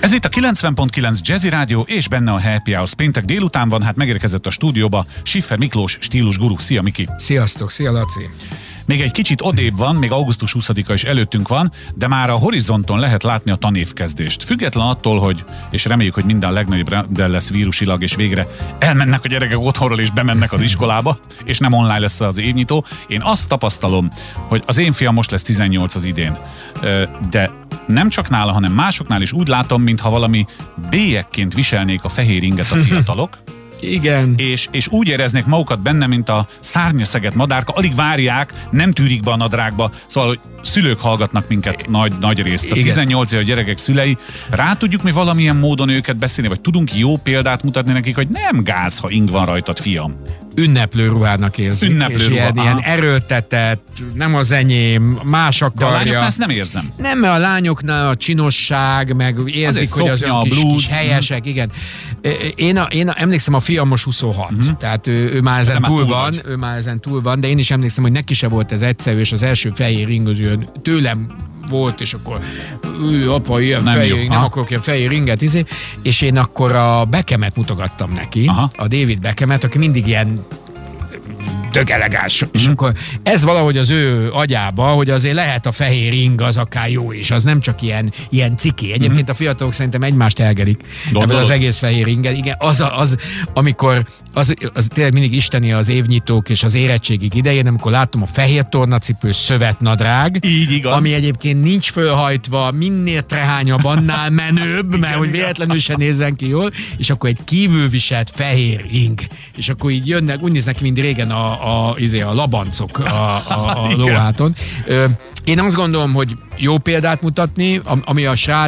Ez itt a 90.9 Jazzy Rádió, és benne a Happy Hours. Péntek délután van, hát megérkezett a stúdióba Schiffer Miklós stílus guru. Szia, Miki! Sziasztok, szia Laci! Még egy kicsit odébb van, még augusztus 20-a is előttünk van, de már a horizonton lehet látni a tanévkezdést. Független attól, hogy, és reméljük, hogy minden legnagyobb rendel lesz vírusilag, és végre elmennek a gyerekek otthonról, és bemennek az iskolába, és nem online lesz az évnyitó. Én azt tapasztalom, hogy az én fiam most lesz 18 az idén, de nem csak nála, hanem másoknál is úgy látom, mintha valami bélyegként viselnék a fehér inget a fiatalok. Igen. És úgy éreznék magukat benne, mint a szárnyaszegett madárka, alig várják, nem tűrik be a nadrágba, szóval hogy szülők hallgatnak minket nagy részt. A 18 éves gyerekek szülei, rá tudjuk mi valamilyen módon őket beszélni, vagy tudunk jó példát mutatni nekik, hogy nem gáz, ha ing van rajtad, fiam. Ünneplő ruhának érzik. Ünneplő ruha, ilyen erőltetett, nem az enyém, más akarja. De a lányoknál ezt nem érzem. Nem, mert a lányoknál a csinosság, meg érzik, hogy az olyan kis helyesek, igen. Én emlékszem, a fiam most 26, tehát ő már ezen túl van, de én is emlékszem, hogy neki se volt ez egyszerű, és az első fehér ing az olyan tőlem volt, és akkor apa, ilyen nem akarok ilyen fehér inget, és én akkor a Beckhamet mutogattam neki, a David Beckhamet, aki mindig ilyen tök elegáns. És akkor ez valahogy az ő agyába, hogy azért lehet a fehér ing az akár jó is, az nem csak ilyen ciki. Egyébként a fiatalok szerintem egymást elgelik ebből az egész fehér inget. Igen, amikor az tényleg mindig isteni az évnyitók és az érettségig idején, amikor látom a fehér tornacipős szövetnadrág, ami egyébként nincs fölhajtva, minél trehányabb, annál menőbb, mert hogy véletlenül se nézzen ki jól, és akkor egy kívülviselt fehér ing. És akkor így jönnek, úgy néznek, mint régen a labancok a lóháton. Én azt gondolom, hogy jó példát mutatni, ami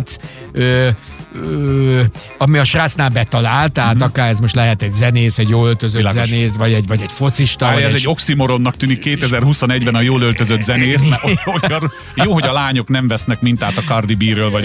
a srácnál betalált, tehát akár ez most lehet egy zenész, egy jól öltözött zenész, vagy egy focista. Ez egy oximoronnak tűnik 2021-ben a jól öltözött zenész, mert jó, hogy a lányok nem vesznek mintát a Cardi B-ről, vagy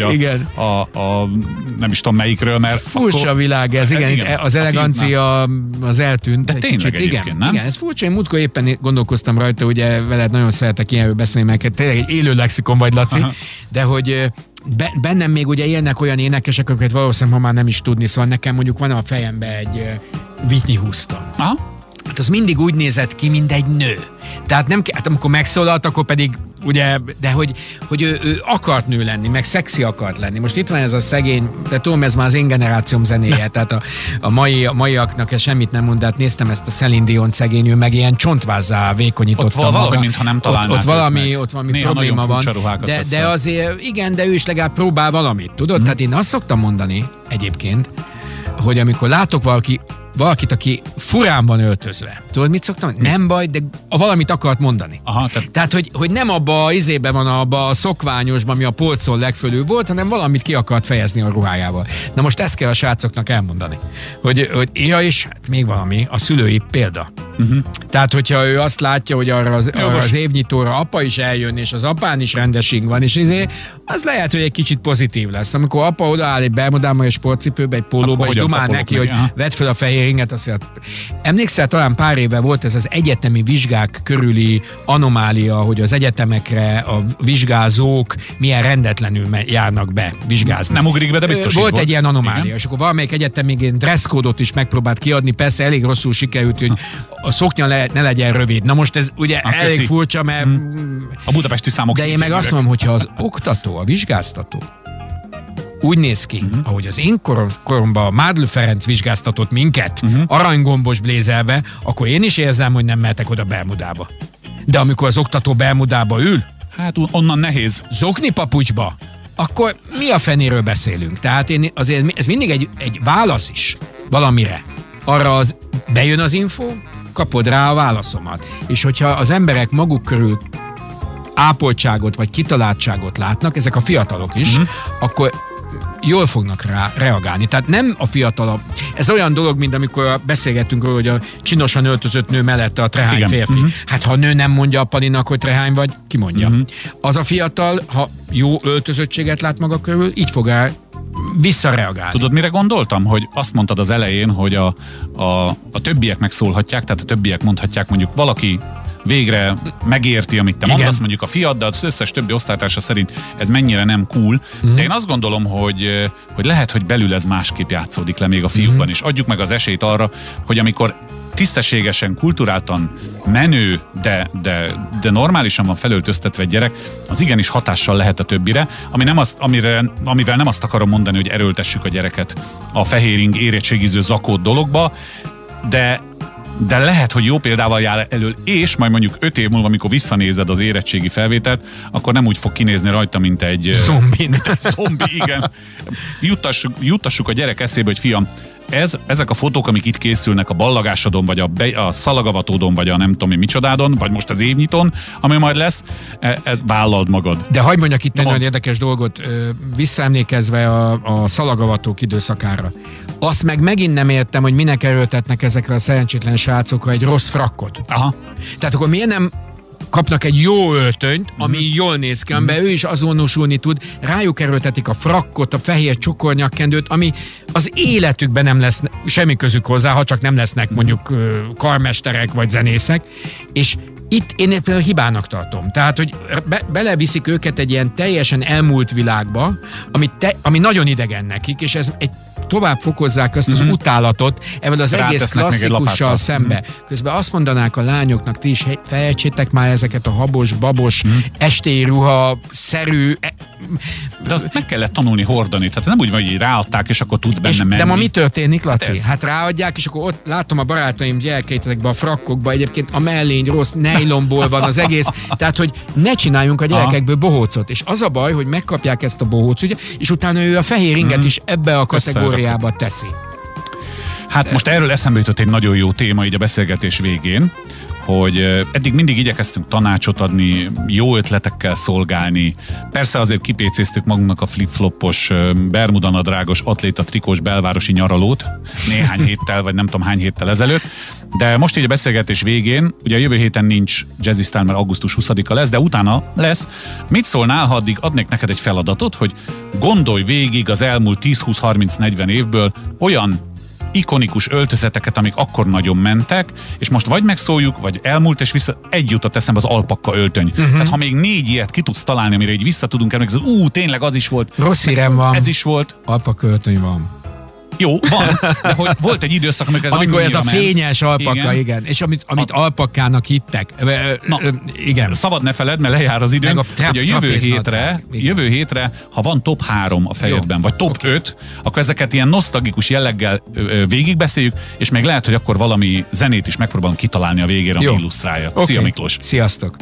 a nem is tudom melyikről, mert furcsa akkor, világ ez, igen, az elegancia az eltűnt. De tényleg kicsit, egyébként, nem? Igen, ez furcsa, én múltkor éppen gondolkoztam rajta, ugye veled nagyon szeretek ilyenről beszélni, mert tényleg egy élő lexikon vagy, Laci, de hogy bennem még ugye élnek olyan énekesek, akiket valószínűleg ma már nem is tudni, szóval nekem mondjuk van a fejemben egy Whitney Houston. Hát az mindig úgy nézett ki, mint egy nő. Tehát nem, hát amikor megszólalt, akkor pedig ugye, de hogy ő akart nő lenni, meg szexi akart lenni. Most itt van ez a szegény, de tudom, ez már az én generációm zenéje, tehát a maiaknak ez semmit nem mond, de hát néztem ezt a Celine Dion szegény, ő meg ilyen csontvázzá vékonyította maga. Valami, mintha nem találnák ott valami probléma van. De azért, igen, de ő is legalább próbál valamit, tudod? Tehát én azt szoktam mondani egyébként, hogy amikor látok valakit, aki furán van öltözve. Tudod, mit szoktam? Nem baj, de valamit akart mondani. Tehát, hogy nem abba az izébe van, abba a szokványosban, ami a polcon legfölül volt, hanem valamit ki akart fejezni a ruhájával. Na most ezt kell a srácoknak elmondani. Hogy és hát még valami, a szülői példa. Tehát, hogyha ő azt látja, hogy arra az évnyitóra apa is eljön, és az apán is rendesing van, és az lehet, hogy egy kicsit pozitív lesz. Amikor apa odaáll egy bermudába, egy sportcipőbe, egy pólóba, és dumál neki, hogy vedd fel a fehér inget, azt mondja, emlékszel, talán pár éve volt ez az egyetemi vizsgák körüli anomália, hogy az egyetemekre a vizsgázók milyen rendetlenül járnak be vizsgázni. Nem ugrik be, de biztos volt egy ilyen anomália, igen. És akkor valamelyik egyetem még egy dresszkódot is megpróbált kiadni, persze elég rosszul sikerült, hogy a szoknya ne legyen rövid. Na most ez ugye elég furcsa, mert a budapesti számok. De én meg azt mondom, hogyha az oktató, a vizsgáztató úgy néz ki, ahogy az én koromban Mádl Ferenc vizsgáztatott minket aranygombos blézelbe, akkor én is érzem, hogy nem mehetek oda bermudába. De amikor az oktató bermudába ül, hát onnan nehéz. Zokni papucsba, akkor mi a fenéről beszélünk? Tehát azért ez mindig egy válasz is valamire. Arra bejön az info, kapod rá a válaszomat. És hogyha az emberek maguk körül ápoltságot vagy kitaláltságot látnak, ezek a fiatalok is, akkor jól fognak rá reagálni. Tehát nem a fiatalabb. Ez olyan dolog, mint amikor beszélgettünk róla, hogy a csinosan öltözött nő mellette a trehány férfi. Hát ha a nő nem mondja a palinak, hogy trehány vagy, ki mondja? Az a fiatal, ha jó öltözöttséget lát maga körül, így fog rá visszareagálni. Tudod, mire gondoltam? Hogy azt mondtad az elején, hogy a többiek megszólhatják, tehát a többiek mondhatják, mondjuk valaki végre megérti, amit te mondasz, mondjuk a fiad, de az összes többi osztálytársa szerint ez mennyire nem cool. De én azt gondolom, hogy lehet, hogy belül ez másképp játszódik le még a fiúkban is. Adjuk meg az esélyt arra, hogy amikor tisztességesen, kulturáltan menő, de normálisan van felöltöztetve egy gyerek, az igenis hatással lehet a többire, amivel nem azt akarom mondani, hogy erőltessük a gyereket a fehéring érettségiző zakót dologba, de lehet, hogy jó példával jár elől, és majd mondjuk 5 év múlva, amikor visszanézed az érettségi felvételt, akkor nem úgy fog kinézni rajta, mint egy zombi, igen. Juttassuk a gyerek eszébe, hogy fiam, ezek a fotók, amik itt készülnek a ballagásodon, vagy a szalagavatódon, vagy a nem tudom én micsodádon, vagy most az évnyiton, ami majd lesz, vállald magad. De hagyd mondjak itt egy nagyon érdekes dolgot, visszaemlékezve a szalagavatók időszakára. Azt meg megint nem értem, hogy minek erőltetnek ezekre a szerencsétlen srácokra egy rossz frakkot. Aha. Tehát akkor miért nem kapnak egy jó öltönyt, ami jól néz ki, amiben ő is azonosulni tud, rájuk erőltetik a frakkot, a fehér csokornyakkendőt, ami az életükben nem lesz semmi közük hozzá, ha csak nem lesznek mondjuk karmesterek vagy zenészek, és itt én például hibának tartom. Tehát, hogy beleviszik őket egy ilyen teljesen elmúlt világba, ami nagyon idegen nekik, és ez tovább fokozzák azt az utálatot ebben az egész klasszikussal szembe. Közben azt mondanák a lányoknak, ti is fejtsétek már ezeket a habos, babos, estély ruha, szerű... De azt meg kellett tanulni hordani, tehát nem úgy van, hogy ráadták, és akkor tudsz benne menni. De ma mi történik, Laci? Hát ráadják, és akkor ott látom a barátaim gyerekeit ezekbe a frakkokba, egyébként a mellény rossz, nejlomból van az egész, tehát hogy ne csináljunk a gyerekekből bohócot. És az a baj, hogy megkapják ezt a bohóc, ugye, és utána ő a fehér inget is ebbe a kategóriába teszi. Hát most erről eszembe jutott egy nagyon jó téma így a beszélgetés végén, hogy eddig mindig igyekeztünk tanácsot adni, jó ötletekkel szolgálni. Persze azért kipécéztük magunknak a flip-flopos, bermudanadrágos, atléta trikós belvárosi nyaralót néhány héttel, vagy nem tudom hány héttel ezelőtt, de most így a beszélgetés végén, ugye a jövő héten nincs Jazzy Style, mert augusztus 20-a lesz, de utána lesz. Mit szólnál, ha addig adnék neked egy feladatot, hogy gondolj végig az elmúlt 10-20-30-40 évből olyan ikonikus öltözeteket, amik akkor nagyon mentek, és most vagy megszóljuk, vagy elmúlt, és egy jutott eszembe az alpakka öltöny. Tehát ha még 4 ilyet ki tudsz találni, amire így vissza tudunk emlékezni, tényleg az is volt. Rossz hírem van. Ez is volt. Alpakka öltöny van. Jó, van, de hogy volt egy időszak, amikor ez a fényes alpaka, igen. És amit alpakkának hittek. Igen. Szabad ne feled, mert lejár az időnk, hogy a jövő hétre, ha van top 3 a fejedben, vagy top 5, akkor ezeket ilyen nosztalgikus jelleggel végigbeszéljük, és még lehet, hogy akkor valami zenét is megpróbálunk kitalálni a végére, ami illusztrálja. Szia Miklós! Sziasztok!